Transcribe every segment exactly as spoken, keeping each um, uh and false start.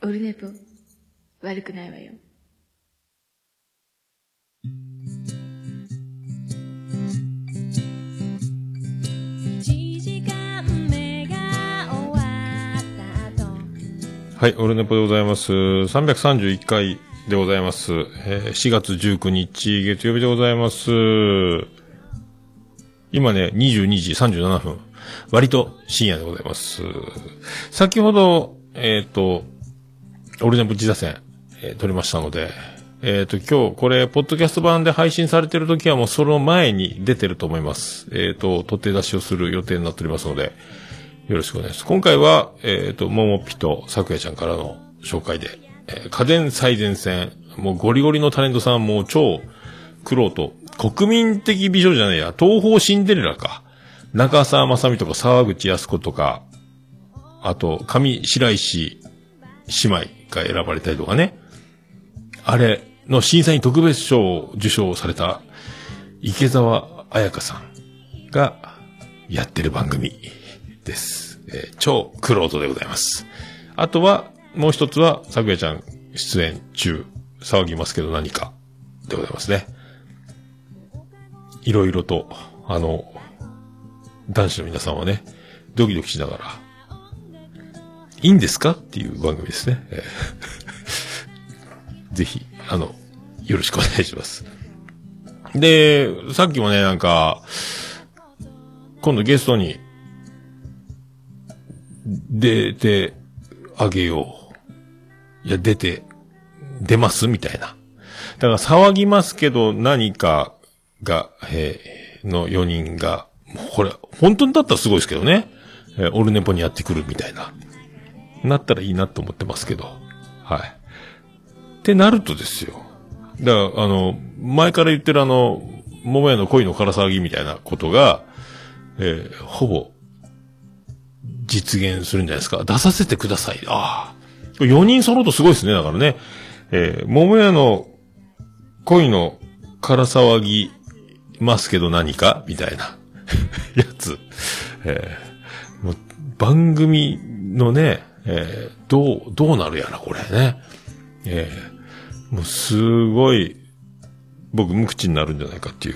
オルネポ悪くないわよ。 はい、オルネポでございます。さんびゃくさんじゅういっかいでございます。えー、しがつじゅうくにち月曜日でございます。今ね、にじゅうにじさんじゅうななふん。割と深夜でございます。先ほど、えっと、オルネポ自打線、えー、撮りましたので、えっと、今日これ、ポッドキャスト版で配信されてる時はもうその前に出てると思います。えっと、取って出しをする予定になっておりますので、よろしくお願いします。今回は、えっと、ももぴとさくやちゃんからの紹介で、えー、家電最前線、もうゴリゴリのタレントさん、もう超苦労と、国民的美女じゃねえや、東方シンデレラか。中澤まさみとか沢口靖子とか、あと、上白石姉妹が選ばれたりとかね。あれの審査員特別賞を受賞された池澤彩香さんがやってる番組です。えー、超クロートでございます。あとは、もう一つは、さくやちゃん出演中、騒ぎますけど何かでございますね。いろいろと、あの、男子の皆さんはね、ドキドキしながら、いいんですかっていう番組ですね。えー、ぜひ、あの、よろしくお願いします。で、さっきもね、なんか、今度ゲストに、出てあげよう。いや、出て、出ますみたいな。だから騒ぎますけど何かが、えー、のよにんが、これ、本当にだったらすごいですけどね。えー、オルネポにやってくるみたいな。なったらいいなと思ってますけど。はい。ってなるとですよ。だから、あの、前から言ってるあの、桃屋の恋のから騒ぎみたいなことが、えー、ほぼ、実現するんじゃないですか。出させてください。ああ。よにん揃うとすごいですね。だからね。えー、桃屋の恋のから騒ぎますけど何かみたいなやつ。えー、もう番組のね、えー、どう、どうなるやらこれね。えー、もうすごい僕無口になるんじゃないかっていう、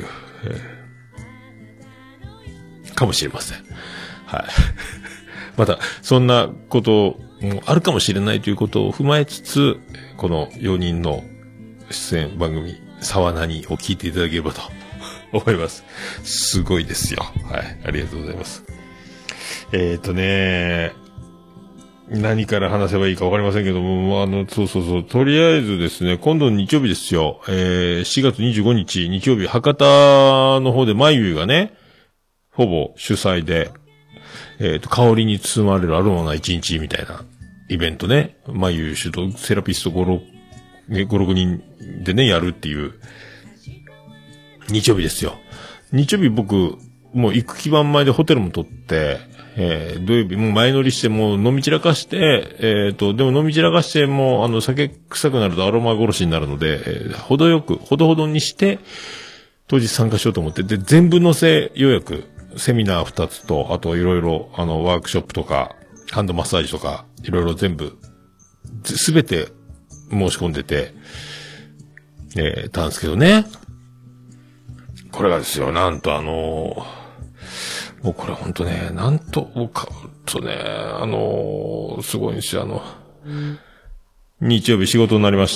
えー、かもしれません。はい。また、そんなこともあるかもしれないということを踏まえつつ、このよにんの出演番組、沢何を聞いていただければと思います。すごいですよ。はい。ありがとうございます。えーとね、何から話せばいいかわかりませんけども、あの、そうそうそう、とりあえずですね、今度の日曜日ですよ。えー、しがつにじゅうごにち日曜日、博多の方でまゆがね、ほぼ主催で、えっと、香りに包まれるアロマな一日みたいなイベントね。まゆ主導セラピストご、ろく、ご、ろくにんでね、やるっていう日曜日ですよ。日曜日僕、もう行く基盤前でホテルも取って、えー、土曜日もう前乗りしてもう飲み散らかして、えっと、でも飲み散らかしてもうあの酒臭くなるとアロマ殺しになるので、えー、程よく、ほどほどにして、当日参加しようと思って、で、全部乗せ予約、セミナー二つと、あといろいろ、あの、ワークショップとか、ハンドマッサージとか、いろいろ全部、すべて申し込んでて、えー、たんですけどね。これがですよ、なんとあのー、もうこれほんとね、なんと、もうか、とね、あのー、すごいんですよ、あの、日曜日仕事になりました。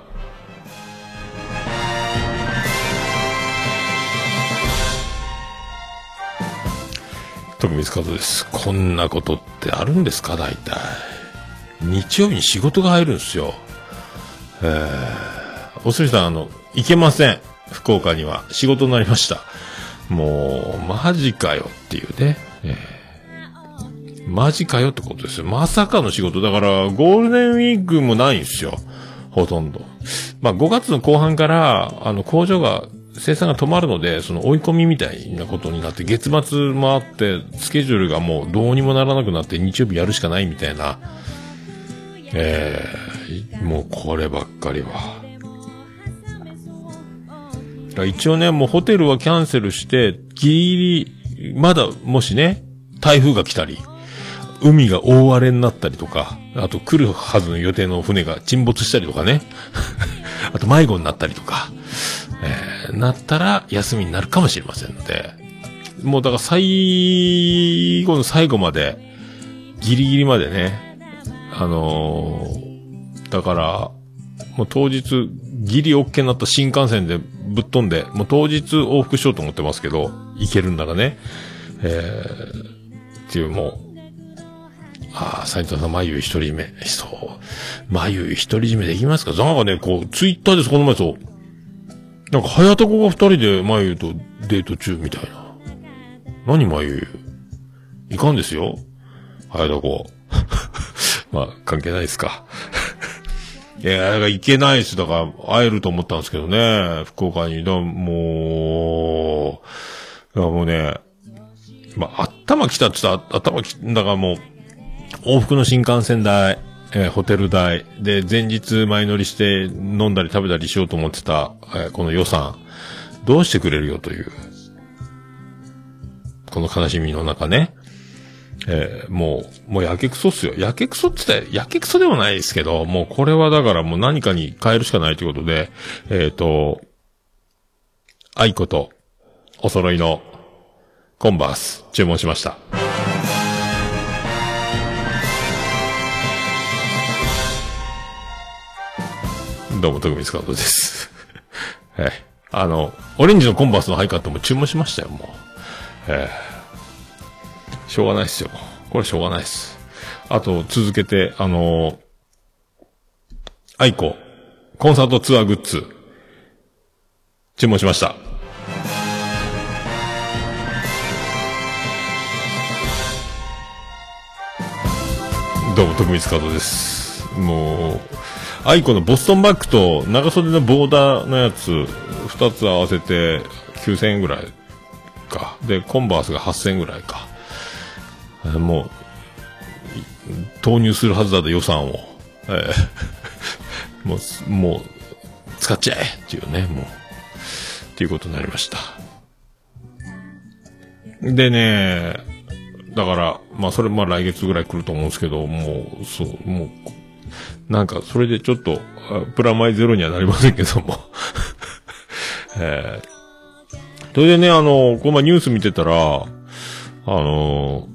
徳光和夫です。こんなことってあるんですか、大体。日曜日に仕事が入るんですよ。えー、おすみさん、あの、行けません。福岡には。仕事になりました。もう、マジかよっていうね。えー、マジかよってことですよ。まさかの仕事。だから、ゴールデンウィークもないんですよ。ほとんど。まあ、ごがつの後半から、あの、工場が、生産が止まるので、その追い込みみたいなことになって、月末もあって、スケジュールがもうどうにもならなくなって、日曜日やるしかないみたいな、えー、もうこればっかりは。一応ね、もうホテルはキャンセルして、ギリギリ、まだもしね、台風が来たり、 海が大荒れになったりとか、あと来るはずの予定の船が沈没したりとかね。あと迷子になったりとか、えー、なったら休みになるかもしれませんので、もうだから最後の最後まで、ギリギリまでね、あのー、だから、もう当日、ギリ OK になった新幹線でぶっ飛んで、もう当日往復しようと思ってますけど、行けるんならね、えー、っていうもう、ああ、斉藤さん、眉一人目。そう。眉一人目できますか？なんかね、こう、ツイッターです、この前そう。なんか、早田子が二人で眉とデート中みたいな。何眉いかんですよ。早田子。まあ、関係ないですか。いや、だから行けないし、だから会えると思ったんですけどね。福岡に。だもう、だからもうね、まあ、頭来たって言ったら、頭き、だからもう、往復の新幹線代、えー、ホテル代、で、前日前乗りして飲んだり食べたりしようと思ってた、えー、この予算、どうしてくれるよという、この悲しみの中ね、えー、もう、もうやけくそっすよ。やけくそって言ったら、やけくそでもないですけど、もうこれはだからもう何かに変えるしかないということで、えっと、愛子とお揃いのコンバース注文しました。どうも、徳光カードです。はい。あの、オレンジのコンバースのハイカットも注文しましたよ、もう。えー、しょうがないっすよ。これしょうがないっす。あと、続けて、あの、アイコ、コンサートツアーグッズ、注文しました。どうも、徳光カードです。もう、アイコのボストンバッグと長袖のボーダーのやつ二つ合わせてきゅうせんえんぐらいか。で、コンバースがはっせんえんぐらいか。もう、投入するはずだった予算を、えー、もう、もう、使っちゃえっていうね、もう、っていうことになりました。でね、だから、まあそれまあ来月ぐらい来ると思うんですけど、もう、そう、もう、なんか、それでちょっと、プラマイゼロにはなりませんけども。えー、それでね、あの、この前ニュース見てたら、あの、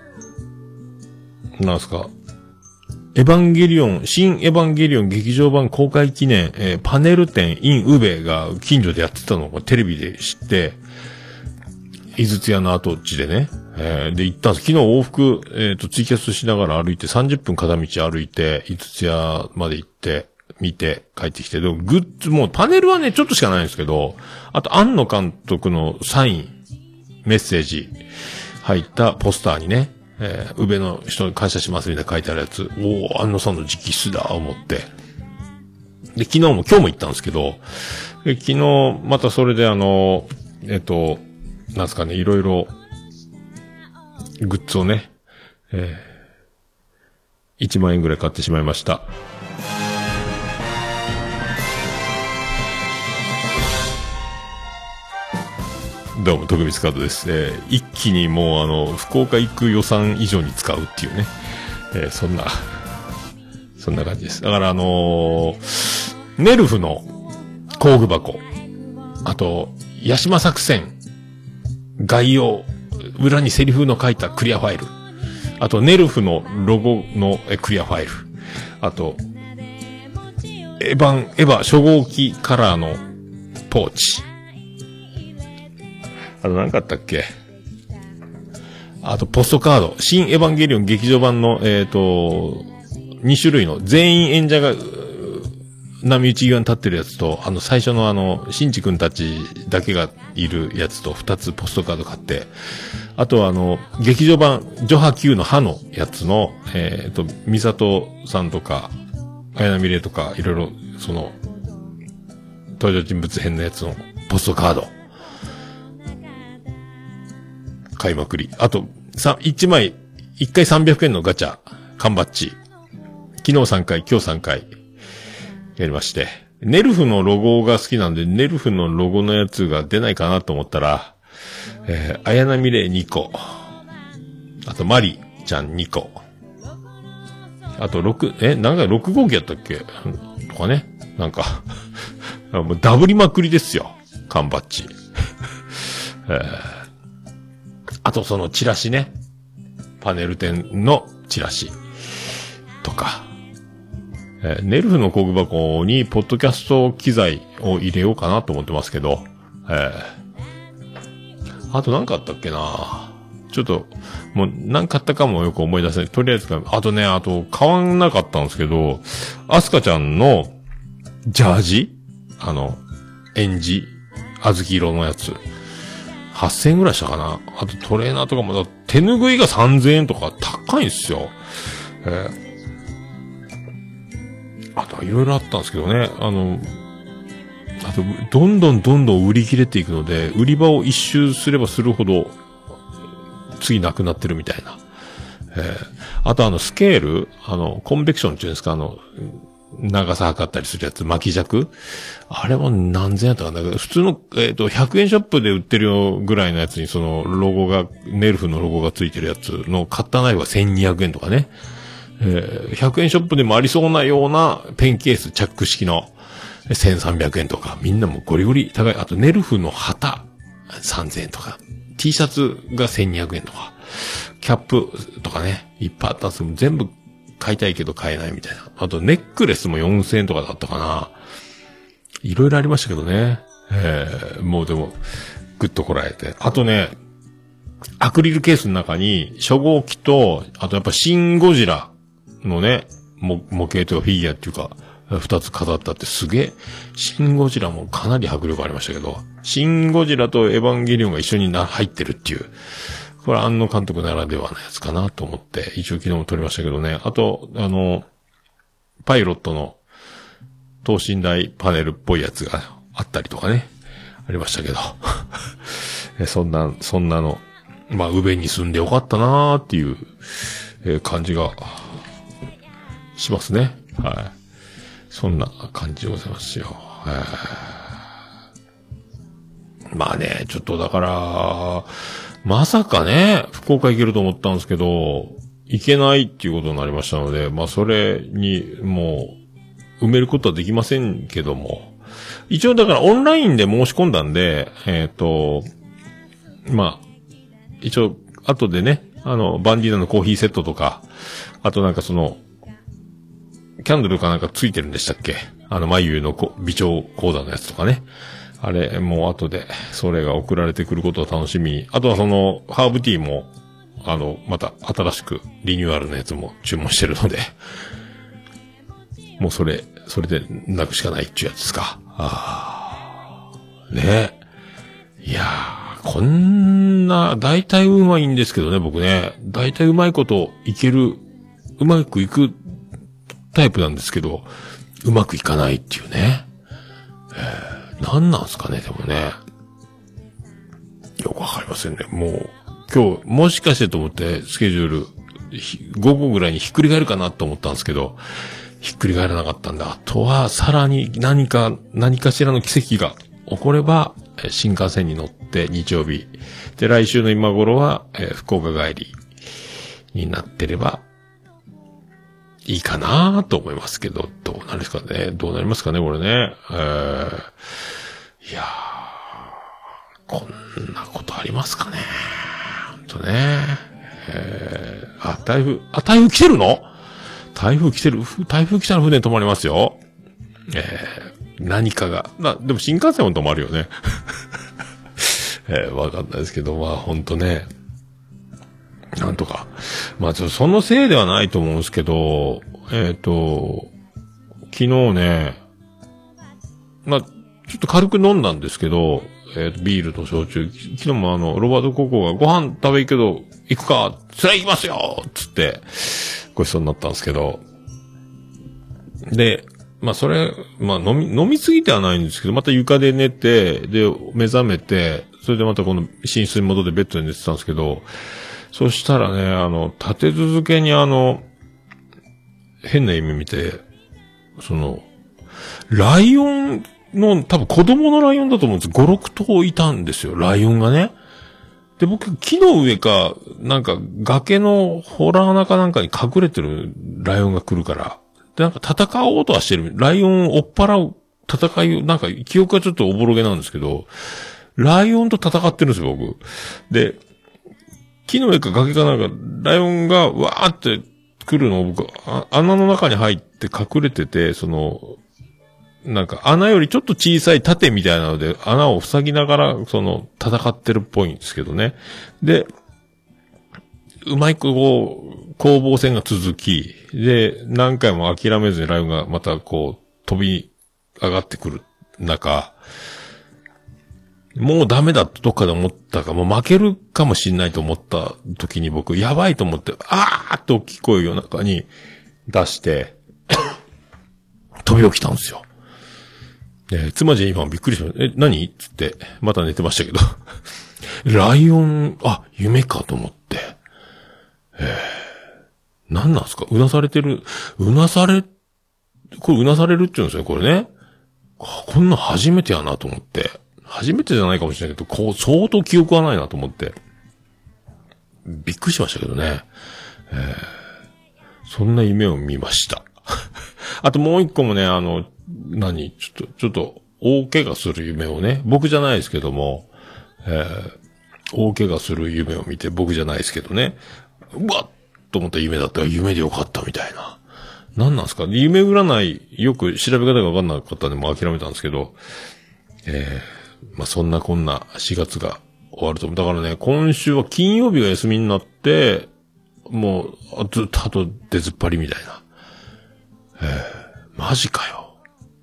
なんすか、エヴァンゲリオン、新エヴァンゲリオン劇場版公開記念、えー、パネル展 in 宇部が近所でやってたのをテレビで知って、井筒屋の跡地でね、えー、で行ったんです。昨日往復、えっと、ツイキャスしながら歩いてさんじゅっぷん片道歩いて、井筒屋まで行って、見て、帰ってきて、でもグッズ、もうパネルはね、ちょっとしかないんですけど、あと、庵野監督のサイン、メッセージ、入ったポスターにね、えー、宇部の人に感謝しますみたいな書いてあるやつ、おー、庵野さんの直筆だ、思って。で、昨日も、今日も行ったんですけど、で昨日、またそれであの、えっと、なんすかね、いろいろ、グッズをね、えー、いちまんえんぐらい買ってしまいました。どうも、徳光カードです。えー、一気にもうあの、福岡行く予算以上に使うっていうね。えー、そんな、そんな感じです。だからあのー、ネルフの工具箱、あと、ヤシマ作戦、概要、裏にセリフの書いたクリアファイル。あと、ネルフのロゴのクリアファイル。あと、エヴァン、エヴァ初号機カラーのポーチ。あと何かあったっけ？あと、ポストカード。新エヴァンゲリオン劇場版の、えっと、に種類の全員演者が、波打ち際に立ってるやつと、あの、最初のあの、シンジ君たちだけがいるやつと二つポストカード買って、あとはあの、劇場版、ジョハ Q の歯のやつの、えっと、ミサトさんとか、綾波レイとか、いろいろ、その、登場人物編のやつのポストカード。買いまくり。あと、さ、一枚、一回さんびゃくえんのガチャ、缶バッジ。昨日さんかい、今日さんかい、やりまして。ネルフのロゴが好きなんで、ネルフのロゴのやつが出ないかなと思ったら、えー、綾波レイにこ。あと、マリちゃんにこ。 あと6、え、なんかろく号機やったっけとかね。なんか、もうダブりまくりですよ。缶バッジ。えー、あとそのチラシね。パネル店のチラシ。とか。えー、ネルフの工具箱にポッドキャスト機材を入れようかなと思ってますけど。えー、あと何かあったっけなちょっと、もう何かあったかもよく思い出せない。とりあえずか、あとね、あと買わなかったんですけど、アスカちゃんのジャージあの、エンジ、小豆色のやつ。はっせんえんぐらいしたかな。あとトレーナーとかも、手拭いがさんぜんえんとか高いんですよ。えー、あといろいろあったんですけどね。あの、あと、どんどんどんどん売り切れていくので、売り場を一周すればするほど、次なくなってるみたいな。えー、あとあの、スケールあの、コンベクションっていうんですかあの、長さ測ったりするやつ、巻き尺あれも何千円とかだけど、普通の、えっと、ひゃくえんショップで売ってるよぐらいのやつにその、ロゴが、ネルフのロゴがついてるやつのカッターナイフがせんにひゃくえんとかね。えー、ひゃくえんショップでもありそうなようなペンケース、チャック式のせんさんびゃくえんとか、みんなもゴリゴリ高い。あと、ネルフの旗、さんぜんえんとか、T シャツがせんにひゃくえんとか、キャップとかね、いっぱいあったんですけど、全部買いたいけど買えないみたいな。あとネックレスもよんせんえんとかだったかな。いろいろありましたけどね。えー、もうでも、ぐっとこらえて。あとね、アクリルケースの中に、初号機と、あとやっぱシンゴジラのね、模型というかフィギュアっていうか、二つ飾ったってすげえ。シンゴジラもかなり迫力ありましたけど、シンゴジラとエヴァンゲリオンが一緒にな入ってるっていう。これ庵野監督ならではのやつかなと思って、一応昨日も撮りましたけどね。あと、あの、パイロットの等身大パネルっぽいやつがあったりとかね。ありましたけど。そんな、そんなの、まあ、宇部に住んでよかったなーっていう、えー、感じがしますね。はい。そんな感じでございますよ。まあね、ちょっとだから、まさかね、福岡行けると思ったんですけど、行けないっていうことになりましたので、まあそれにもう埋めることはできませんけども、一応だからオンラインで申し込んだんで、えっと、まあ、一応後でね、あの、バンディーナのコーヒーセットとか、あとなんかその、キャンドルかなんかついてるんでしたっけ？あの、眉の微調講座のやつとかね。あれ、もう後で、それが送られてくることを楽しみに。あとはその、ハーブティーも、あの、また新しくリニューアルのやつも注文してるので、もうそれ、それでなくしかないっていうやつですか。ああ。ねえ。いやー、こんな、大体うまいんですけどね、僕ね。大体うまいこといける、うまくいくタイプなんですけど、うまくいかないっていうね。えー、何なんすかね、でもね。よくわかりませんね。もう、今日、もしかしてと思って、スケジュール、午後ぐらいにひっくり返るかなと思ったんですけど、ひっくり返らなかったんだ。あとは、さらに何か、何かしらの奇跡が起これば、新幹線に乗って日曜日。で、来週の今頃は、えー、福岡帰りになってれば、いいかなと思いますけど、どうなるんですかね。どうなりますかね、これね。えー、いやー、こんなことありますかね。ほんとね。えー、あ、台風、あ、台風来てるの？台風来てる、台風来たら船止まりますよ。えー、何かが、な、でも新幹線も止まるよね。えー、わかんないですけど、まあほんとね。なんとか。まあ、そのせいではないと思うんですけど、えっと、昨日ね、まあ、ちょっと軽く飲んだんですけど、えっと、ビールと焼酎、昨日もあの、ロバート・ココがご飯食べ行くけど、行くか、それ行きますよつって、ごちそうになったんですけど、で、まあ、それ、まあ、飲み、飲みすぎてはないんですけど、また床で寝て、で、目覚めて、それでまたこの寝室に戻ってベッドで寝てたんですけど、そしたらね、あの、立て続けにあの、変な夢見て、その、ライオンの、多分子供のライオンだと思うんです。ご、ろくとういたんですよ、ライオンがね。 で、僕、木の上か、なんか、崖のホラー穴かなんかに隠れてるライオンが来るから、で、なんか戦おうとはしてる。ライオンを追っ払う戦いを、なんか、記憶はちょっとおぼろげなんですけど、ライオンと戦ってるんですよ、僕。で、木の上か崖かなんか、ライオンがわーって来るのを僕、穴の中に入って隠れてて、その、なんか穴よりちょっと小さい盾みたいなので穴を塞ぎながら、その、戦ってるっぽいんですけどね。で、うまいこう、攻防戦が続き、で、何回も諦めずにライオンがまたこう、飛び上がってくる中、もうダメだとどっかで思ったか、もう負けるかもしんないと思った時に僕、やばいと思って、あーって大きい声を中に出して、飛び起きたんですよ。で、妻じゃ今びっくりした。え、何つって、また寝てましたけど。ライオン、あ、夢かと思って。えー、何なんすかうなされてる、うなされ、これうなされるって言うんですよ、これね。こんなん初めてやなと思って。初めてじゃないかもしれないけど、こう、相当記憶はないなと思って。びっくりしましたけどね。えー、そんな夢を見ました。あともう一個もね、あの、何ちょっと、ちょっと、大怪我する夢をね、僕じゃないですけども、えー、大怪我する夢を見て、僕じゃないですけどね、うわっと思った夢だったら夢でよかったみたいな。何なんですか夢占い、よく調べ方がわかんなかったんで、もう諦めたんですけど、えー、まあ、そんなこんなしがつが終わると思う。だからね、今週は金曜日が休みになって、もう、ずっとあと出ずっぱりみたいな。えー、マジかよ。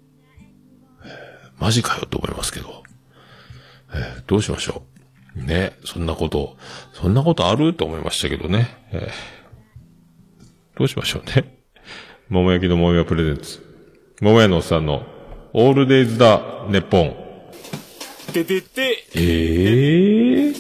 マジかよと思いますけど。えー、どうしましょう。ね。そんなこと、そんなことあると思いましたけどね。えー、どうしましょうね。桃焼きの桃屋プレゼンツ。桃屋のおっさんのオールデイズだ、ネッポン。 ててて。 えー、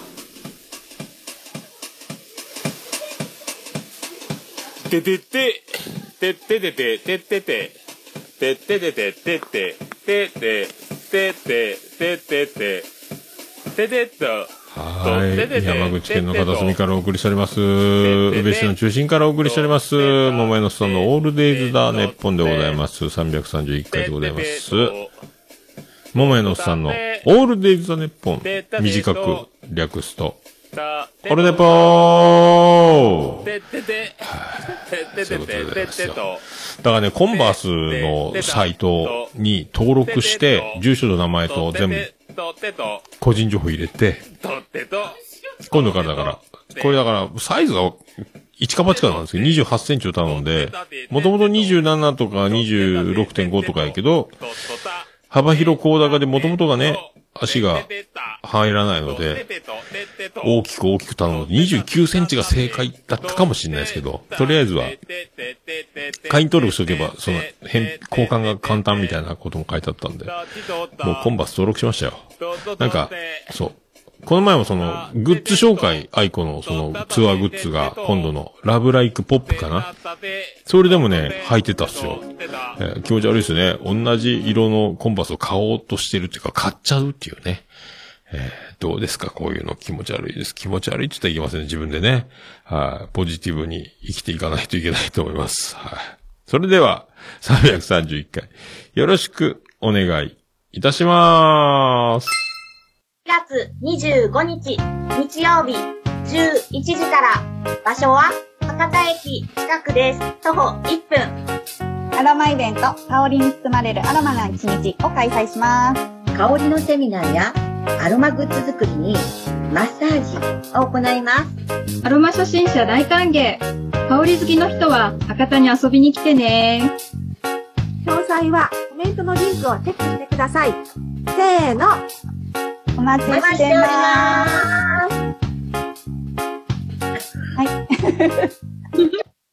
ててて。てってててててて。てっててててて。ててててててて。ててと。 はい。山口県の片隅からお送りしております。宇部市の中心からお送りしております。桃屋のさんのオールデイズだネッポンでございます。さんびゃくさんじゅういっかいでございます。桃屋のさんのオールデイズだネッポン。短く略すと。オルネポーはい。そういうことでございますよ。だからね、コンバースのサイトに登録して、住所と名前と全部、個人情報入れて、今度からだから、これだから、サイズがいちか八かなんですけど、にじゅうはちセンチを頼んで、もともとにじゅうななとか にじゅうろくてんご とかやけど、幅広高高でもともとがね、足が入らないので、大きく大きく頼む。にじゅうきゅうセンチが正解だったかもしれないですけど、とりあえずは、会員登録しておけば、その、変、交換が簡単みたいなことも書いてあったんで、もうコンバース登録しましたよ。なんか、そう。この前もその、グッズ紹介、アイコのその、ツアーグッズが、今度の、ラブライクポップかなそれでもね、履いてたっすよ。えー、気持ち悪いですね。同じ色のコンバースを買おうとしてるっていうか、買っちゃうっていうね。えー、どうですかこういうの気持ち悪いです。気持ち悪いって言ったらいけませんね、自分でね。はい、ポジティブに生きていかないといけないと思います。はい。それでは、さんびゃくさんじゅういっかい、よろしくお願いいたしまーす。 しがつにじゅうごにち、日曜日、じゅういちじから、場所は、博多駅近くです。徒歩いっぷん。 アロマイベント、香りに包まれるアロマな一日を開催します。 香りのセミナーやアロマグッズ作りにマッサージを行います。 アロマ初心者大歓迎。香り好きの人は博多に遊びに来てね。 詳細はコメントのリンクをチェックしてください。せーの。 お待ちしてます。はい。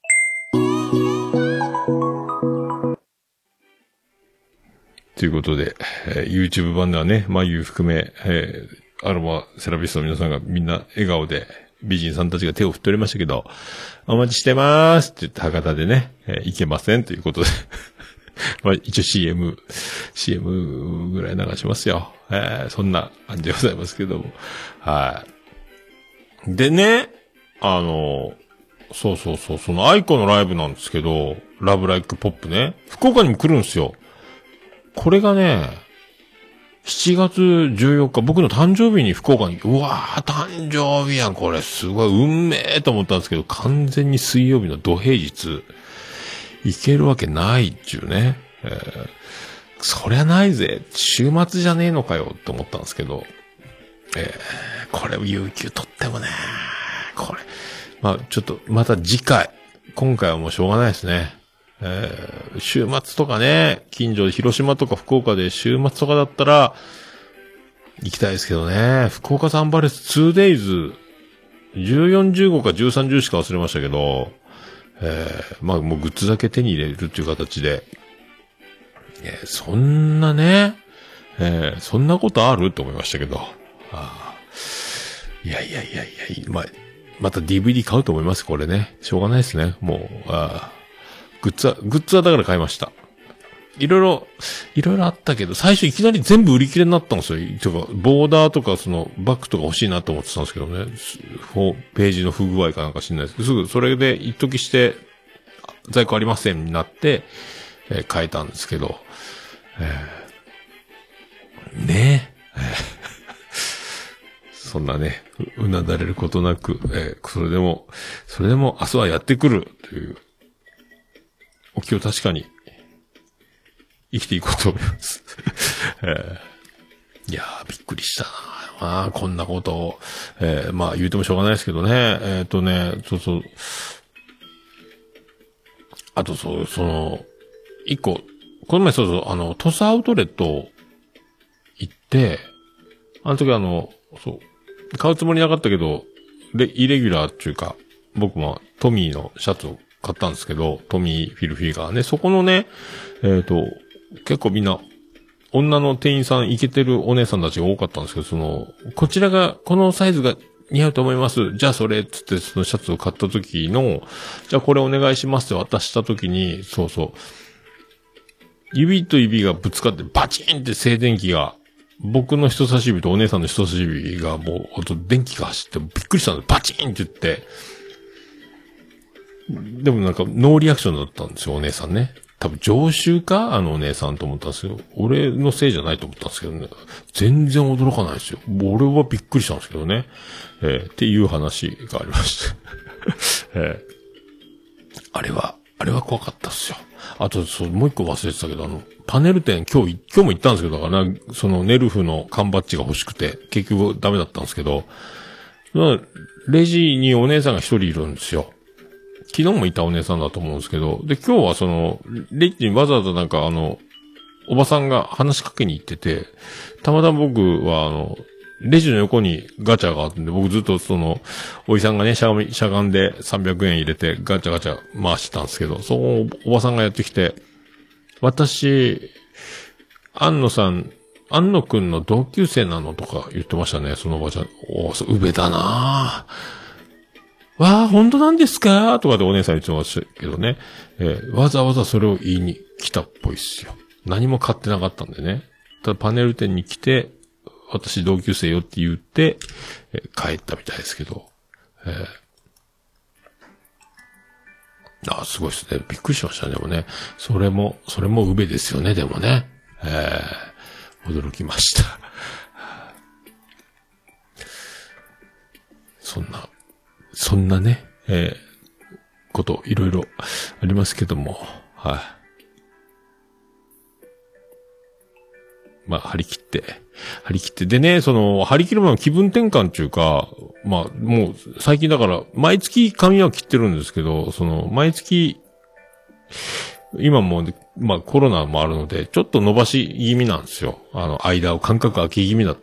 ということで、えー、YouTube 版ではね、眉含め、えー、アロマセラピストの皆さんがみんな笑顔で、美人さんたちが手を振っておりましたけど、お待ちしてまーすって言って博多でね、えー、いけませんということで。まあ一応 シーエム、シーエム ぐらい流しますよ。えー、そんな感じでございますけども。はい。 でね、あの、そうそうそう、そのアイコのライブなんですけど、ラブライクポップね、福岡にも来るんですよ。これがね、しちがつじゅうよっか、僕の誕生日に福岡に、うわー、誕生日やん、これ、すごい、運命と思ったんですけど、完全に水曜日の土平日、行けるわけないっちゅうね。えー、そりゃないぜ、週末じゃねえのかよ、って思ったんですけど、えー、これ、有給取ってもね、これ、まあ、ちょっと、また次回、今回はもうしょうがないですね。えー、週末とかね、近所で広島とか福岡で週末とかだったら、行きたいですけどね、福岡サンバレス ツーデイズ、じゅうよん、じゅうごかじゅうさん、じゅうしか忘れましたけど、えー、まあもうグッズだけ手に入れるっていう形で、えー、そんなね、えー、そんなことあると思いましたけど、あいやいやいやいや、まあ、また ディーブイディー 買うと思います、これね。しょうがないですね、もう、あグッズは、グッズはだから買いました。いろいろ、いろいろあったけど、最初いきなり全部売り切れになったんですよ。とか、ボーダーとかそのバッグとか欲しいなと思ってたんですけどね。ページの不具合かなんか知んないですけど、すぐそれで一時して、在庫ありませんになって、えー、変えたんですけど、えー、ねえ。そんなね、うなだれることなく、えー、それでも、それでも明日はやってくるという、お気を確かに生きていこうと思います、えー。いやー、びっくりしたな。まあ、こんなことを、えー、まあ言うてもしょうがないですけどね。えっとね、そうそう。あとそう、その、一個、この前そうそう、あの、トスアウトレット行って、あの時あの、そう、買うつもりなかったけど、レ、イレギュラーっていうか、僕もトミーのシャツを買ったんですけど、トミーフィルフィーガーね、そこのね、えっと、結構みんな、女の店員さんイケてるお姉さんたちが多かったんですけど、その、こちらが、このサイズが似合うと思います。じゃあそれ、つってそのシャツを買った時の、じゃあこれお願いしますって渡した時に、そうそう、指と指がぶつかってバチンって静電気が、僕の人差し指とお姉さんの人差し指がもう、電気が走ってびっくりしたんで、バチンって言って、でもなんかノーリアクションだったんですよ、お姉さんね。多分常習かあのお姉さんと思ったんですけど、俺のせいじゃないと思ったんですけどね。全然驚かないですよ。俺はびっくりしたんですけどね。えー、っていう話がありました。えー、あれは、あれは怖かったっすよ。あと、そう、もう一個忘れてたけど、あの、パネル店、今日、今日も行ったんですけど、だからな、そのネルフの缶バッジが欲しくて、結局ダメだったんですけど、レジにお姉さんが一人いるんですよ。昨日もいたお姉さんだと思うんですけど、で、今日はその、レジにわざわざなんかあの、おばさんが話しかけに行ってて、たまたま僕はあの、レジの横にガチャがあってんで、僕ずっとその、おじさんがね、しゃがみ、しゃがんでさんびゃくえん入れてガチャガチャ回してたんですけど、そのおばさんがやってきて、私、安野さん、安野くんの同級生なのとか言ってましたね、そのおばちゃん。おー、うべだなぁ。わあ、本当なんですかとかでお姉さん言ってましたけどね。えー、わざわざそれを言いに来たっぽいっすよ。何も買ってなかったんでね。ただパネル店に来て、私同級生よって言って、えー、帰ったみたいですけど。えー、ああ、すごいっすね。びっくりしましたね、でもね。それも、それもうべですよね、でもね。えー、驚きました。そんな。そんなね、えー、こと、いろいろありますけども、はい。まあ、張り切って、張り切って。でね、その、張り切る前の気分転換っていうか、まあ、もう、最近だから、毎月髪は切ってるんですけど、その、毎月、今も、まあ、コロナもあるので、ちょっと伸ばし気味なんですよ。あの、間を間隔空き気味だって。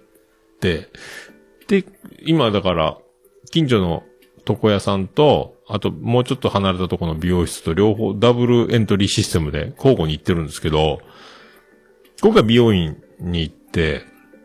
で、今だから、近所の、床屋さんと、あともうちょっと離れたところの美容室と両方ダブルエントリーシステムで交互に行ってるんですけど、今回美容院に行って、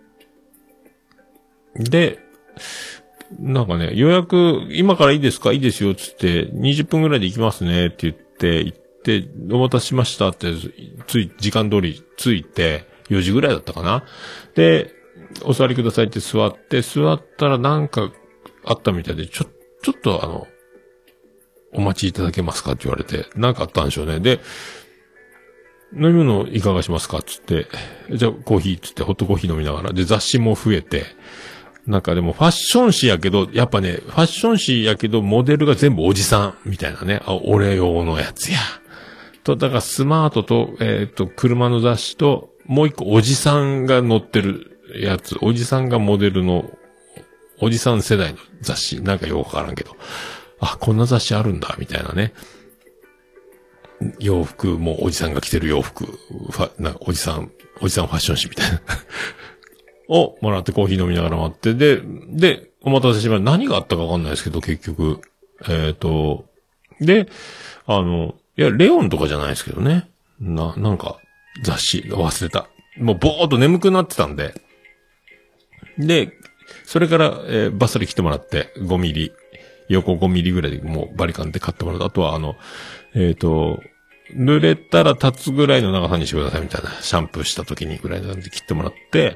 で、なんかね、予約今からいいですかいいですよつってにじゅっぷんぐらいで行きますねって言って行ってお待たせしましたってつい時間通り着いてよじぐらいだったかな。で、お座りくださいって座って座ったらなんかあったみたいで、ちょ、ちょっとあの、お待ちいただけますかって言われて、なんかあったんでしょうね。で、飲み物いかがしますかつって、じゃあコーヒーつってホットコーヒー飲みながら、で雑誌も増えて、なんかでもファッション誌やけど、やっぱね、ファッション誌やけどモデルが全部おじさんみたいなね、あ、俺用のやつや。と、だからスマートと、えっと、車の雑誌と、もう一個おじさんが載ってるやつ、おじさんがモデルの、おじさん世代の雑誌、なんかよくわからんけど、あ、こんな雑誌あるんだ、みたいなね。洋服もおじさんが着てる洋服、ファなおじさん、おじさんファッション誌みたいな。をもらってコーヒー飲みながら待って、で、で、お待たせしました。何があったかわかんないですけど、結局。えっと、で、あの、いや、レオンとかじゃないですけどね。な、なんか、雑誌、忘れた。もうぼーっと眠くなってたんで。で、それから、えー、バッサリ来てもらって、ごミリ、横ごミリぐらいでもうバリカンで買ってもらった。あとは、あの、えっと、濡れたら立つぐらいの長さにしてくださいみたいな。シャンプーした時にぐらいなんで切ってもらって、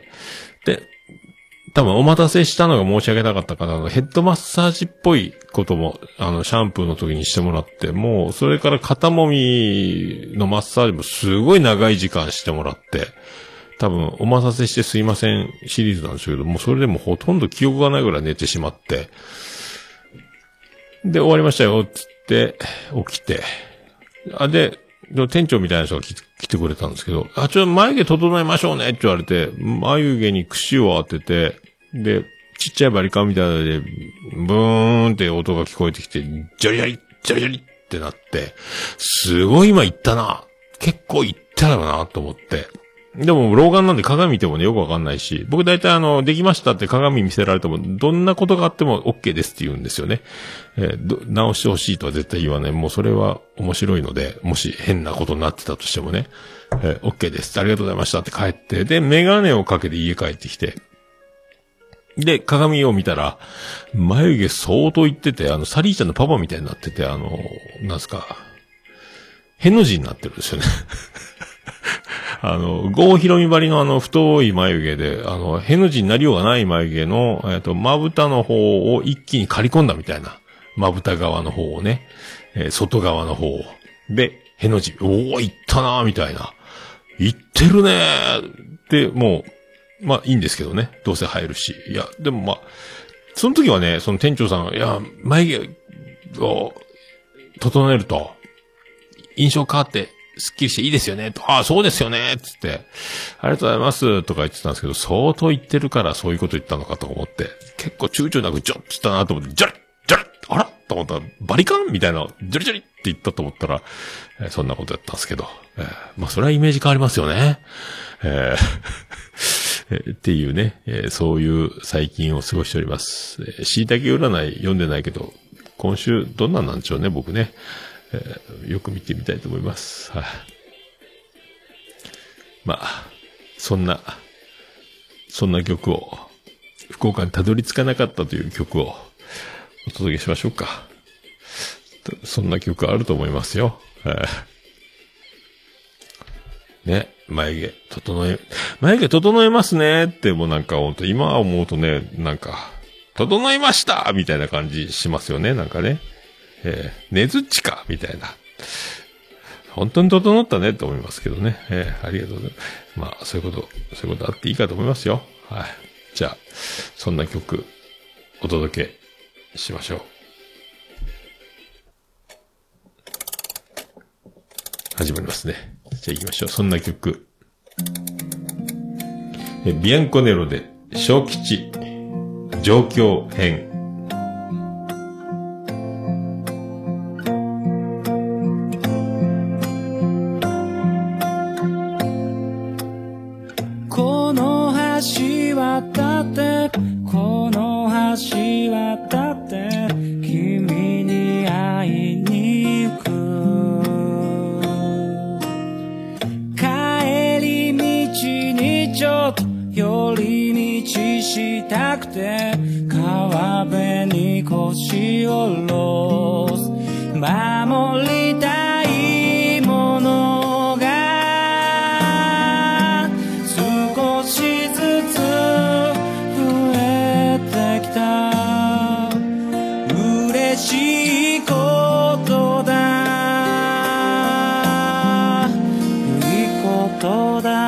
で、多分お待たせしたのが申し訳なかったかな。ヘッドマッサージっぽいことも、あの、シャンプーの時にしてもらって、もう、それから肩もみのマッサージもすごい長い時間してもらって、多分お待たせしてすいませんシリーズなんですけど、もうそれでもほとんど記憶がないぐらい寝てしまって、で、終わりましたよ、つって、起きて、あ、で、店長みたいな人が来てくれたんですけど、あ、ちょっと眉毛整えましょうねって言われて、眉毛に櫛を当てて、で、ちっちゃいバリカンみたいなので、ブーンって音が聞こえてきて、ジャリジャリ、ジャリジャリってなって、すごい今言ったな。結構言ったよなと思って。でも、老眼なんで鏡見てもね、よくわかんないし、僕大体あの、できましたって鏡見せられても、どんなことがあっても OK ですって言うんですよね。えー、直してほしいとは絶対言わない。もうそれは面白いので、もし変なことになってたとしてもね、えー、OK です。ありがとうございましたって帰って、で、メガネをかけて家帰ってきて、で、鏡を見たら、眉毛相当いってて、あの、サリーちゃんのパパみたいになってて、あの、なんすか、への字になってるんですよね。あの、郷ひろみばりのあの、太い眉毛で、あの、への字になりようがない眉毛の、えっと、まぶたの方を一気に刈り込んだみたいな。まぶた側の方をね、えー、外側の方を。で、への字、おー、いったなーみたいな。いってるねーって、もう、まあ、いいんですけどね。どうせ生えるし。いや、でもまあ、その時はね、その店長さんが、いや、眉毛を整えると、印象変わって、すっきりしていいですよね。と、ああ、そうですよね。つって、ありがとうございます。とか言ってたんですけど、相当言ってるからそういうこと言ったのかと思って、結構躊躇なくジョッつったなと思って、ジャリッジャリッあらと思ったら、バリカンみたいな、ジャリジャリって言ったと思ったら、えー、そんなことやったんですけど、えー、まあ、それはイメージ変わりますよね。えーえー、っていうね、えー、そういう最近を過ごしております。えー、椎茸占い読んでないけど、今週どんなんなんでしょうね、僕ね。えー、よく見てみたいと思います。はい、まあ、そんな、そんな曲を、福岡にたどり着かなかったという曲をお届けしましょうか。そんな曲あると思いますよ。えー、ね、眉毛、整え、眉毛整えますねってもうなんかほんと、今思うとね、なんか、整いましたみたいな感じしますよね、なんかね。えー、ねずっちかみたいな。本当に整ったねと思いますけどね。えー、ありがとうございます。まあ、そういうこと、そういうことあっていいかと思いますよ。はい。じゃあ、そんな曲、お届けしましょう。始まりますね。じゃあ行きましょう。そんな曲。え、ビアンコネロで、小吉、状況編。 この橋渡ってこの橋渡って君に会いに行く帰り道にちょっと寄り道したくて川辺に腰を下ろす守りたいものが少しずつ増えてきたいいことだいいことだ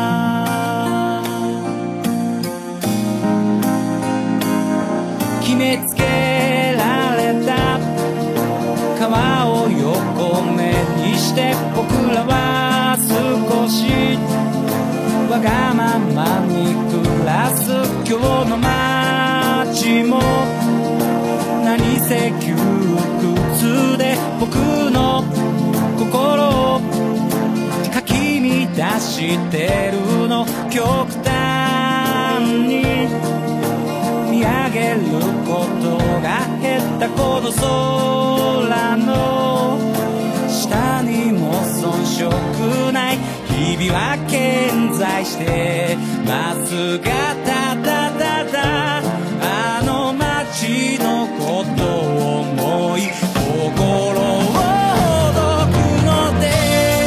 決めつけられた皮を横目にして僕らは少しわがままに暮らす今日の街も何せ窮屈で僕の心をかき乱してるの極端に見上げることが減ったこの空の下にも遜色ない日々は健在してますがただただあの街のことを思い心をほどくので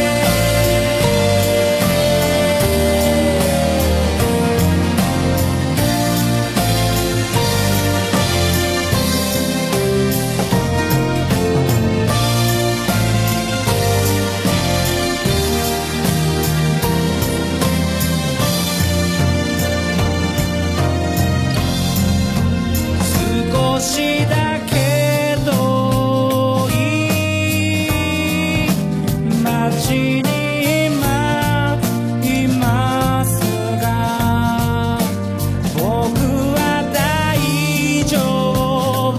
少しだけ遠い街に今いますが僕は大丈夫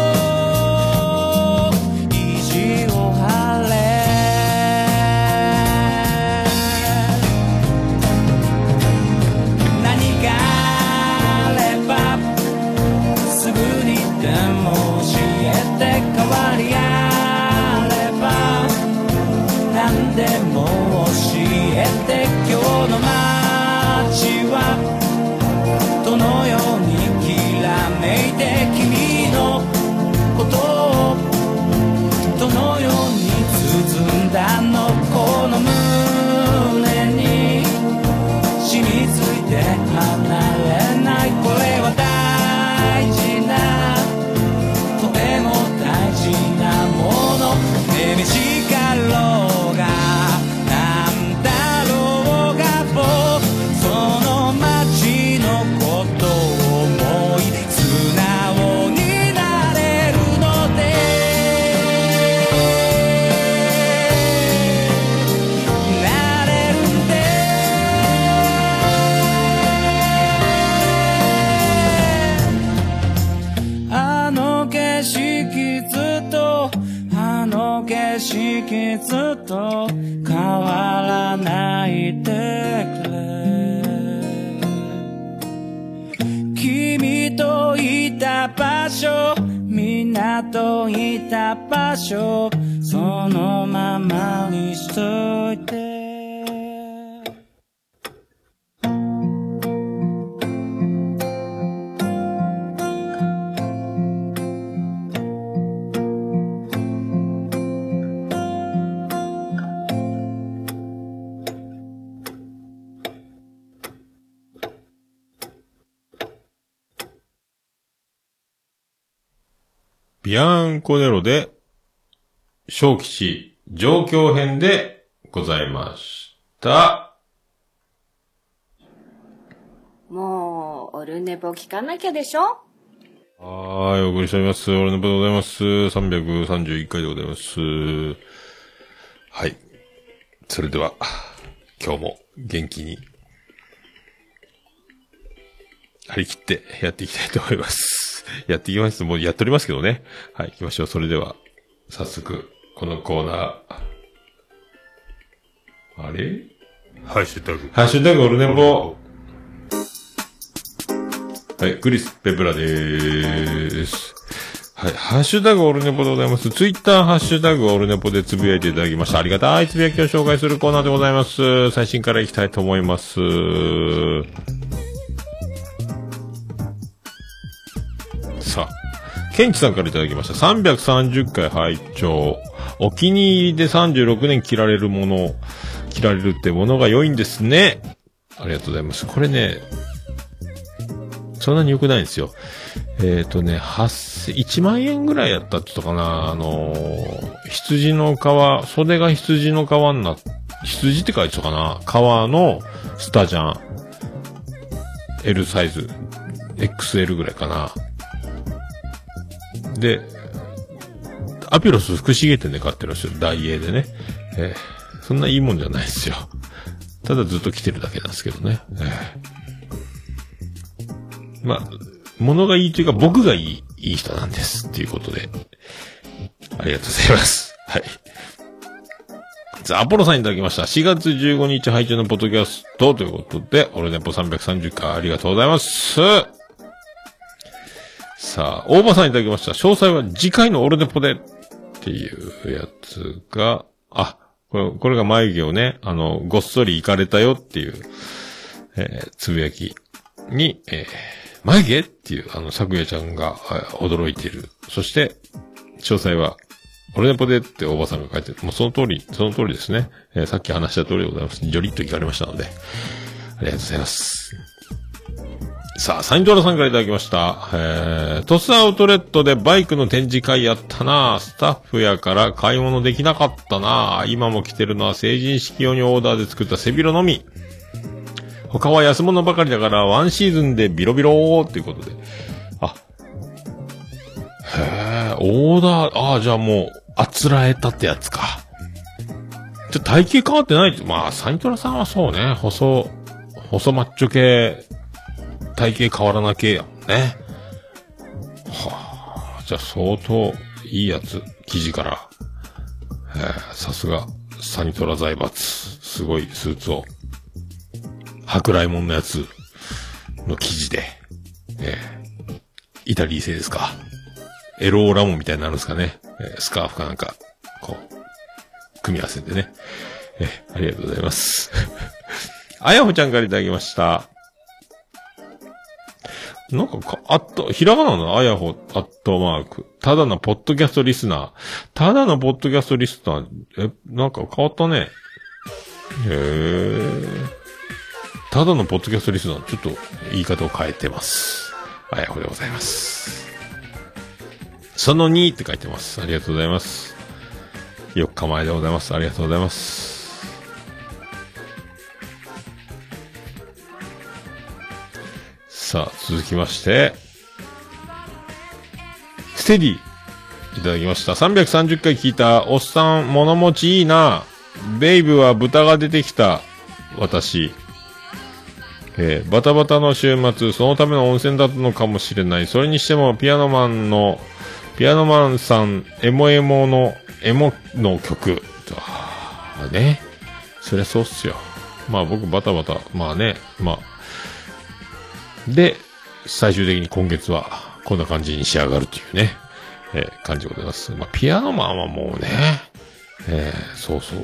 と意地を張れ何があればすぐにでも教えて変わりあれば何でも教えて今日の街はどのようにきらめいて君のことをどのように包んだのこの胸に染みついて離れないこれは大事なとても大事なものねみしかろうがなんだろうが僕その街のことを思い素直になれるのでなれるんであの景色ずっとあの景色ずっと変わらないでくれ君といた場所皆といた場所そのままにしといてビアンコネロで、小吉状況編でございました。 もう、オルネポ聞かなきゃでしょ？ はーい、お送りしております。オルネポでございます。さんびゃくさんじゅういっかいでございます。はい。それでは、今日も元気に、張り切ってやっていきたいと思います。やっていきます。もうやっておりますけどね。はい、行きましょう。それでは、早速、このコーナー。あれ？ ハッシュタグ。 ハッシュタグオルネポ。はい、クリス・ペプラでーす。はい、ハッシュタグオルネポでございます。ツイッターハッシュタグオルネポでつぶやいていただきました。ありがたいつぶやきを紹介するコーナーでございます。最新からいきたいと思います。さあ、ケンチさんからいただきました。さんびゃくさんじゅっかい拝聴。お気に入りでさんじゅうろくねん着られるもの、着られるってものが良いんですね。ありがとうございます。これね、 そんなに良くないんですよ。えっとね、はっせん、いちまんえんぐらいやったって言ったかな。あのー、羊の皮、袖が羊の皮になっ、羊って書いてたかな。皮のスタジャン。L サイズ。エックスエル ぐらいかな。で、アピロス福重店で買ってるんですよ。ダイエーでね。えー、そんないいもんじゃないですよ。ただずっと着てるだけなんですけどね。えー、まあ、物がいいというか僕がいい、いい人なんですっていうことで。ありがとうございます。はい。さあ、アポロさんいただきました。しがつじゅうごにち配信のポッドキャストということで、オルネポさんびゃくさんじゅっかいありがとうございます。さあ、大場さんいただきました。詳細は次回のオルネポでっていうやつが、あ、これ、これが眉毛をね、あの、ごっそり行かれたよっていう、えー、つぶやきに、えー、眉毛っていう、あの、さくやちゃんが驚いている。そして、詳細は、オルネポでっておばさんが書いてる。もうその通り、その通りですね。えー、さっき話した通りでございます。ジョリッと行かれましたので。ありがとうございます。さあ、サイントラさんからいただきました。えー、トスアウトレットでバイクの展示会やったな。スタッフやから買い物できなかったな。今も着てるのは成人式用にオーダーで作った背広のみ。他は安物ばかりだからワンシーズンでビロビローっていうことで。あ、へー、オーダー、ああ、じゃあもう、あつらえたってやつか。ちょっと体型変わってないって、まあ、サイントラさんはそうね、細、細マッチョ系、体型変わらな系やもんね。はあ、じゃあ相当いいやつ、生地から。えー、さすが、サニトラ財閥。すごいスーツを。舶来物のやつの生地で。えー、イタリー製ですか。エローラモンみたいになるんですかね。えー、スカーフかなんか、こう、組み合わせてね。えー、ありがとうございます。あやほちゃんからいただきました。なんかか、あっと、ひらがなのあやほ、アットマーク。ただのポッドキャストリスナー。ただのポッドキャストリスナー。え、なんか変わったね。へー。ただのポッドキャストリスナー。ちょっと言い方を変えてます。あやほでございます。そのにって書いてます。ありがとうございます。よっかまえでございます。ありがとうございます。さあ、続きまして、ステディ、いただきました。さんびゃくさんじゅっかい聞いた、おっさん、物持ちいいな。ベイブは豚が出てきた。私。えー、バタバタの週末、そのための温泉だったのかもしれない。それにしても、ピアノマンの、ピアノマンさん、エモエモの、エモの曲。あね。そりゃそうっすよ。まあ僕バタバタ、まあね、まあ。で、最終的に今月は、こんな感じに仕上がるというね、えー、感じでございます。まあピアノマンはもうね、えー、そうそう。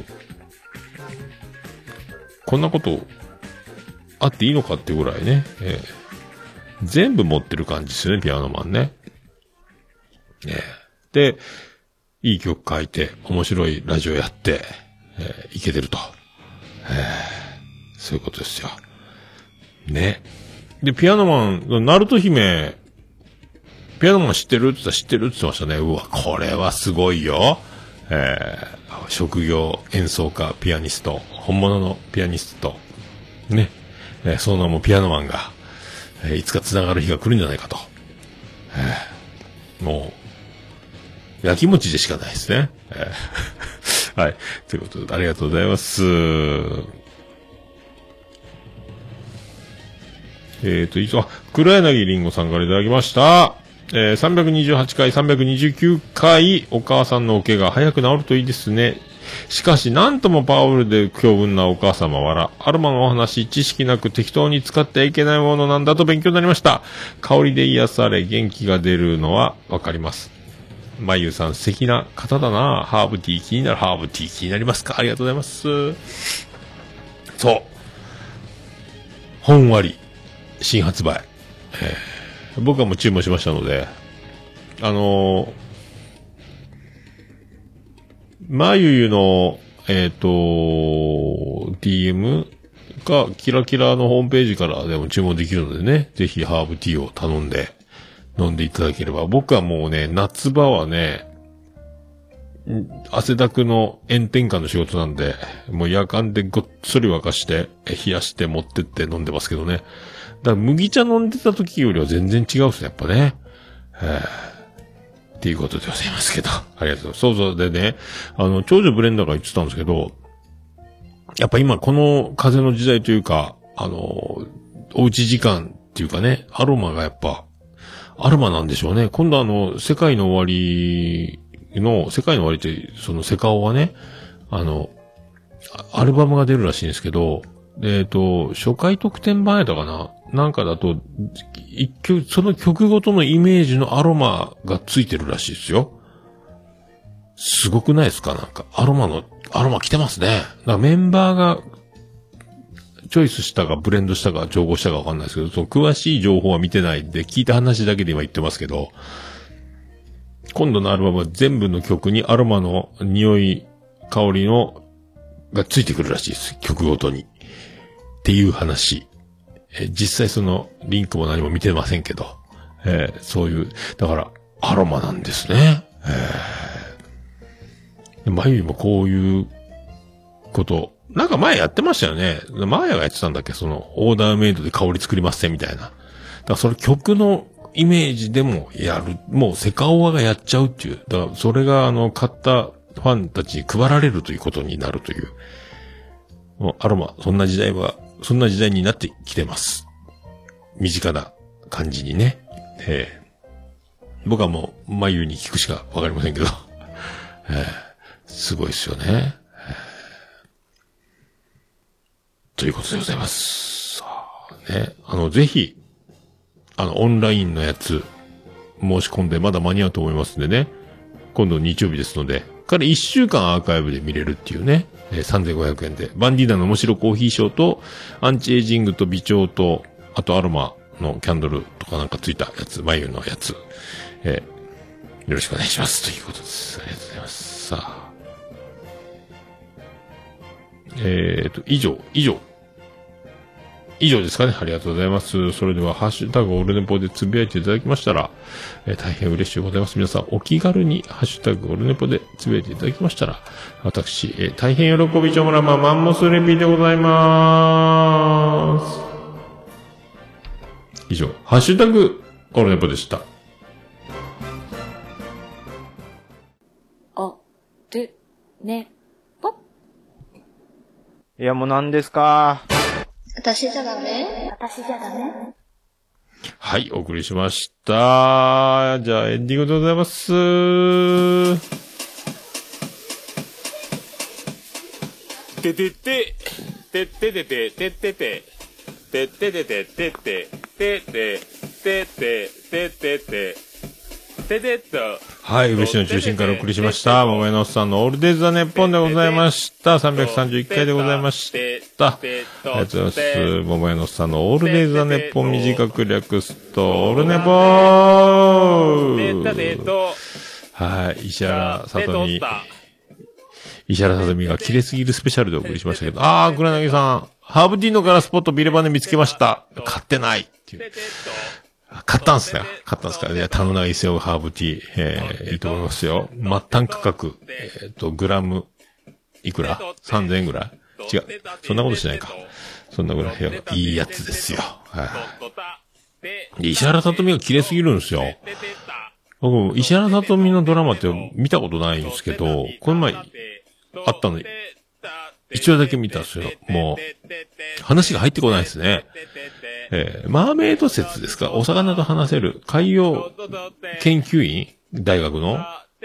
こんなこと、あっていいのかっていうぐらいね、えー、全部持ってる感じですよね、ピアノマンね。えー、で、いい曲書いて、面白いラジオやって、えー、いけてると、えー。そういうことですよ。ね。で、ピアノマン、ナルト姫、ピアノマン知ってるって言ったら知ってるって言ってましたね。うわ、これはすごいよ。えー、職業演奏家、ピアニスト、本物のピアニスト、ね。えー、その名もピアノマンが、えー、いつか繋がる日が来るんじゃないかと。えー、もう、焼き餅でしかないですね。えー、はい。ということで、ありがとうございます。えーと、いつも、黒柳りんごさんからいただきました。えー、さんびゃくにじゅうはちかい、さんびゃくにじゅうきゅうかい、お母さんのお怪我早く治るといいですね。しかし、なんともパワフルで強運なお母様はら、アロマのお話、知識なく適当に使ってはいけないものなんだと勉強になりました。香りで癒され、元気が出るのはわかります。まゆさん、素敵な方だな。ハーブティー気になる、ハーブティー気になりますか？ありがとうございます。そう。本割、新発売。えー、僕はもう注文しましたので、あのー、まゆゆの、えっと、ディーエム、 か、キラキラのホームページからでも注文できるのでね、ぜひハーブティーを頼んで飲んでいただければ。僕はもうね、夏場はね、汗だくの炎天下の仕事なんで、もう夜間でごっそり沸かして、冷やして持ってって飲んでますけどね。だから麦茶飲んでた時よりは全然違うっすね、やっぱね。っていうことでございますけど。ありがとうございます。そうそう。でね、あの、長女ブレンダーが言ってたんですけど、やっぱ今この風の時代というか、あの、おうち時間っていうかね、アロマがやっぱ、アロマなんでしょうね。今度あの、世界の終わりの、世界の終わりって、そのセカオがね、あの、アルバムが出るらしいんですけど、えっと、初回特典版やったかななんかだと、一曲、その曲ごとのイメージのアロマがついてるらしいですよ。すごくないですかなんか、アロマの、アロマ来てますね。だからメンバーが、チョイスしたか、ブレンドしたか、調合したかわかんないですけど、その詳しい情報は見てないんで、聞いた話だけで今言ってますけど、今度のアルバムは全部の曲にアロマの匂い、香りの、がついてくるらしいです。曲ごとに。っていう話。え実際そのリンクも何も見てませんけど、えー、そういう、だからアロマなんですね。えー、マユもこういうこと、なんか前やってましたよね。マーヤがやってたんだっけそのオーダーメイドで香り作りますねみたいな。だからそれ曲のイメージでもやる、もうセカオワがやっちゃうっていう。だからそれがあの買ったファンたちに配られるということになるという。もうアロマ、そんな時代は、そんな時代になってきてます。身近な感じにね。えー、僕はもう、眉に聞くしかわかりませんけど。えー、すごいですよね、えー。ということでございます。さあね、あの、ぜひ、あの、オンラインのやつ、申し込んでまだ間に合うと思いますんでね。今度日曜日ですので、からいっしゅうかんアーカイブで見れるっていうね。えー、さんぜんごひゃくえんで。バンディーナの面白コーヒーショーと、アンチエイジングと微調と、あとアロマのキャンドルとかなんかついたやつ、眉のやつ。えー、よろしくお願いします。ということです。ありがとうございます。さあ。えーと、以上、以上。以上ですかね。ありがとうございます。それでは、ハッシュタグオルネポでつぶやいていただきましたら、えー、大変嬉しいございます。皆さん、お気軽に、ハッシュタグオルネポでつぶやいていただきましたら、私、えー、大変喜びちょもらまマンモスレピーでございまーす。以上、ハッシュタグオルネポでした。 お、る、ね、ぽ。 いや、もう何ですか。 私じゃダメ？私じゃダメ？ はい、お送りしました。じゃあ、エンディングでございます。 ててて、てててて、ててて、てててて、ててて、ててて、てててて、ててと。 はい、嬉しの中心からお送りしました。桃屋のおっさんのオールデイズ・ザ・ネッポンでございました。さんびゃくさんじゅういっかいでございました。ありがとうございます。桃屋のおっさんのオールデイズ・ザ・ネッポン短く略すと、オールネポーはい、石原さとみ。石原さとみが切れすぎるスペシャルでお送りしましたけど、あー、黒柳さん、ハーブティーのガラスポットビレバネ見つけました。買ってないっていう。買ったんすね。買ったんすか。いや、頼んだいいですよ、ハーブティー。えー、いいと思いますよ。末端価格、えっと、グラム、いくら ?さんぜんえんぐらい違う。そんなことしないか。そんなぐらい、いいやつですよ。はい。石原さとみが切れすぎるんですよ。僕、石原さとみのドラマって見たことないんですけど、この前、あったのに、一話だけ見たんですよ。もう、話が入ってこないですね。えー、マーメイド説ですか？お魚と話せる海洋研究員大学の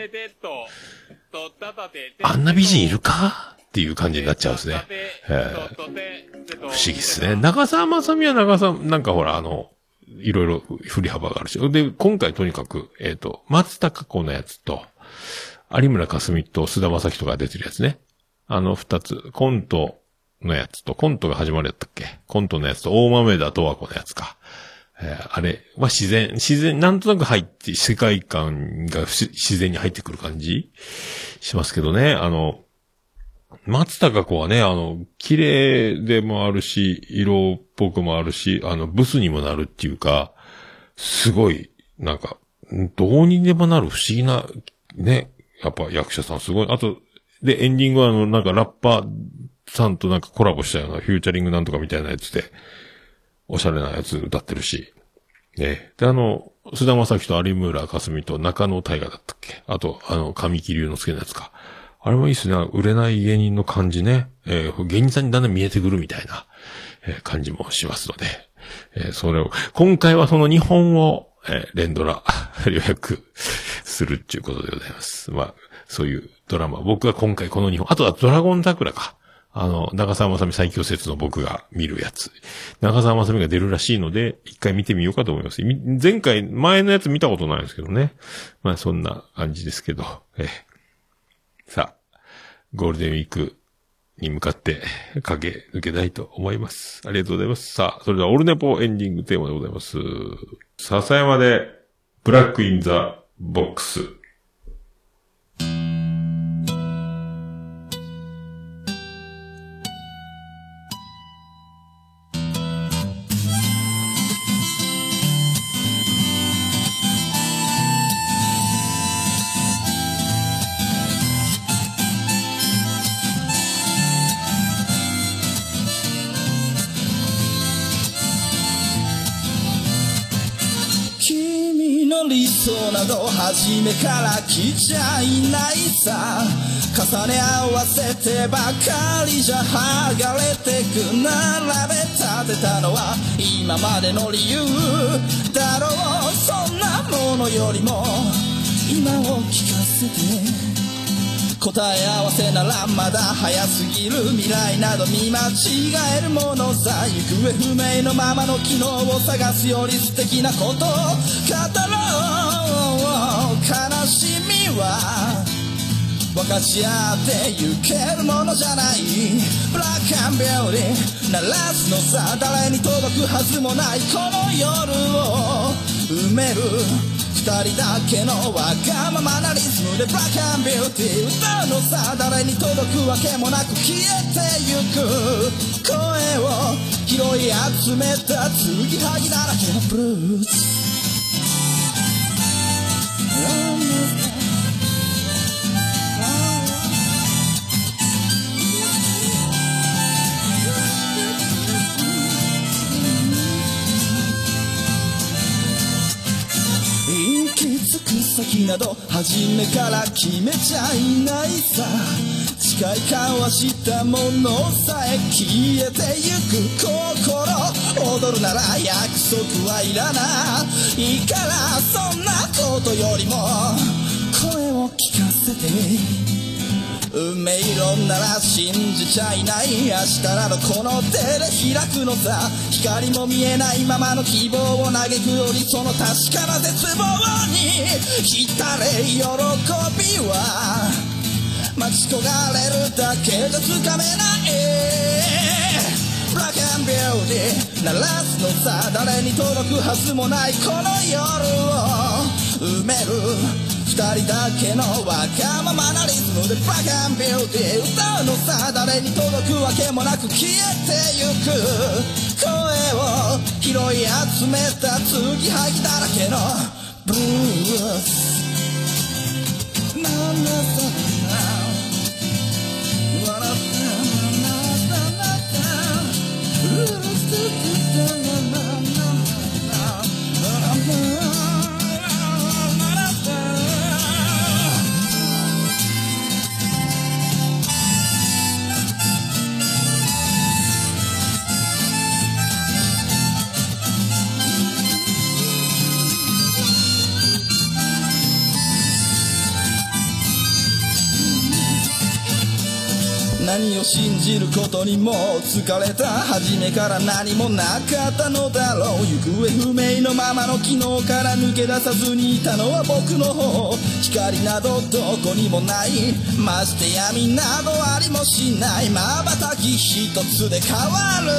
あんな美人いるかっていう感じになっちゃうんですね。えー、不思議ですね。長澤まさみは長澤、なんかほら、あの、いろいろ振り幅があるし。で、今回とにかく、えっと、松たか子のやつと、有村架純と菅田将暉とか出てるやつね。あの二つ、コントのやつと、コントが始まるやったっけ？コントのやつと、大豆田十和子のやつか。えー、あれは自然、自然、なんとなく入って、世界観が自然に入ってくる感じしますけどね。あの、 松たか子はね、あの、綺麗でもあるし、色っぽくもあるし、あの、ブスにもなるっていうか、すごい、なんか、どうにでもなる不思議な、ね、やっぱ役者さんすごい。あと、で、エンディングはあの、なんかラッパーさんとなんかコラボしたような、フューチャリングなんとかみたいなやつで、おしゃれなやつ歌ってるし、ね。で、あの、菅田将暉と有村架純と中野大河だったっけ？あと、あの、神木隆之介のやつか。あれもいいっすね。売れない芸人の感じね。えー、芸人さんにだんだん見えてくるみたいな、えー、感じもしますので。えー、それを、今回はその日本を、えー、連ドラ、予約するっていうことでございます。まあ、そういうドラマ。僕は今回この日本、あとはドラゴン桜か。あの、長澤まさみ最強説の僕が見るやつ。長澤まさみが出るらしいので、一回見てみようかと思います。前回、前のやつ見たことないんですけどね。まあそんな感じですけど。えーさあ、ゴールデンウィークに向かって駆け抜けたいと思います。ありがとうございます。さあ、それではオルネポエンディングテーマでございます。笹山でブラックインザボックス。 理想など初めから来ちゃいないさ重ね合わせてばかりじゃ剥がれてく並べ立てたのは今までの理由だろうそんなものよりも今を聞かせて答え合わせならまだ早すぎる未来など見間違えるものさ行方不明のままの昨日を探すより素敵なことを語ろう悲しみは分かち合ってゆけるものじゃないブラックアンビューティー鳴らすのさ誰に届くはずもないこの夜を埋める二人だけのわがままなリズムでブラックアンビューティー歌うのさ誰に届くわけもなく消えてゆく声を拾い集めた継ぎはぎだらけのブルース先など初めから決めちゃいないさ誓い交わしたものさえ消えてゆく心踊るなら約束はいらないからそんなことよりも声を聞かせて運命論なら信じちゃいない明日などこの手で開くのさ光も見えないままの希望を嘆くよりその確かな絶望に浸れ喜びは待ち焦がれるだけじゃつかめないブラックアンビューティー鳴らすのさ誰に届くはずもないこの夜を埋める二人だけのわがままなリズムでブラックアンビューティー歌うのさ誰に届くわけもなく消えてゆく声を拾い集めた継ぎはぎだらけのブルースななさなわらたななななうるすくたなななななな何を信じることにも疲れた初めから何もなかったのだろう行方不明のままの昨日から抜け出さずにいたのは僕の方光などどこにもないまして闇などありもしない瞬き一つで変わる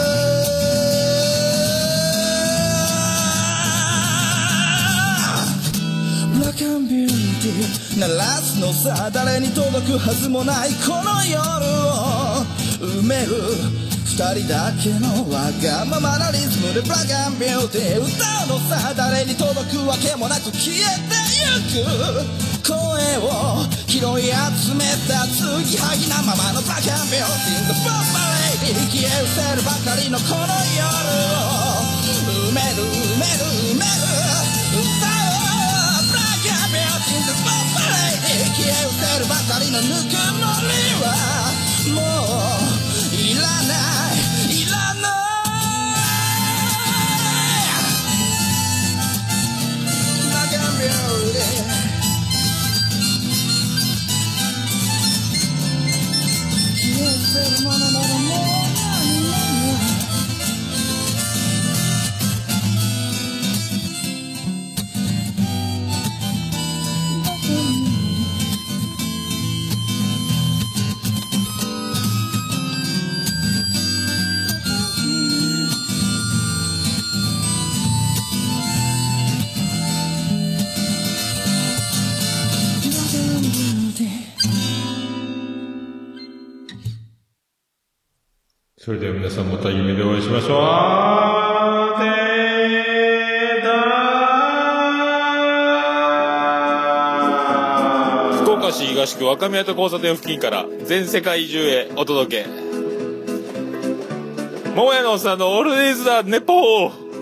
ブラックアンビューティティ鳴らすのさ誰に届くはずもないこの夜を埋める二人だけのわがままなリズムでブラガンビューティー歌うのさ誰に届くわけもなく消えてゆく声を拾い集めた継ぎはぎなままのブラガンビューティー The Bomb Lady 消え失せるばかりのこの夜を埋める埋める埋める歌うブラガンビューティー The Bomb Lady 消え失せるばかりのぬくもりはもういらないいらないブラガンビューティーものならもうそれでは皆さんまた夢でお会いしましょう。あーてーだー。 福岡市東区若宮と交差点付近から全世界中へお届け。桃屋のおっさんのオールディーズだネポー。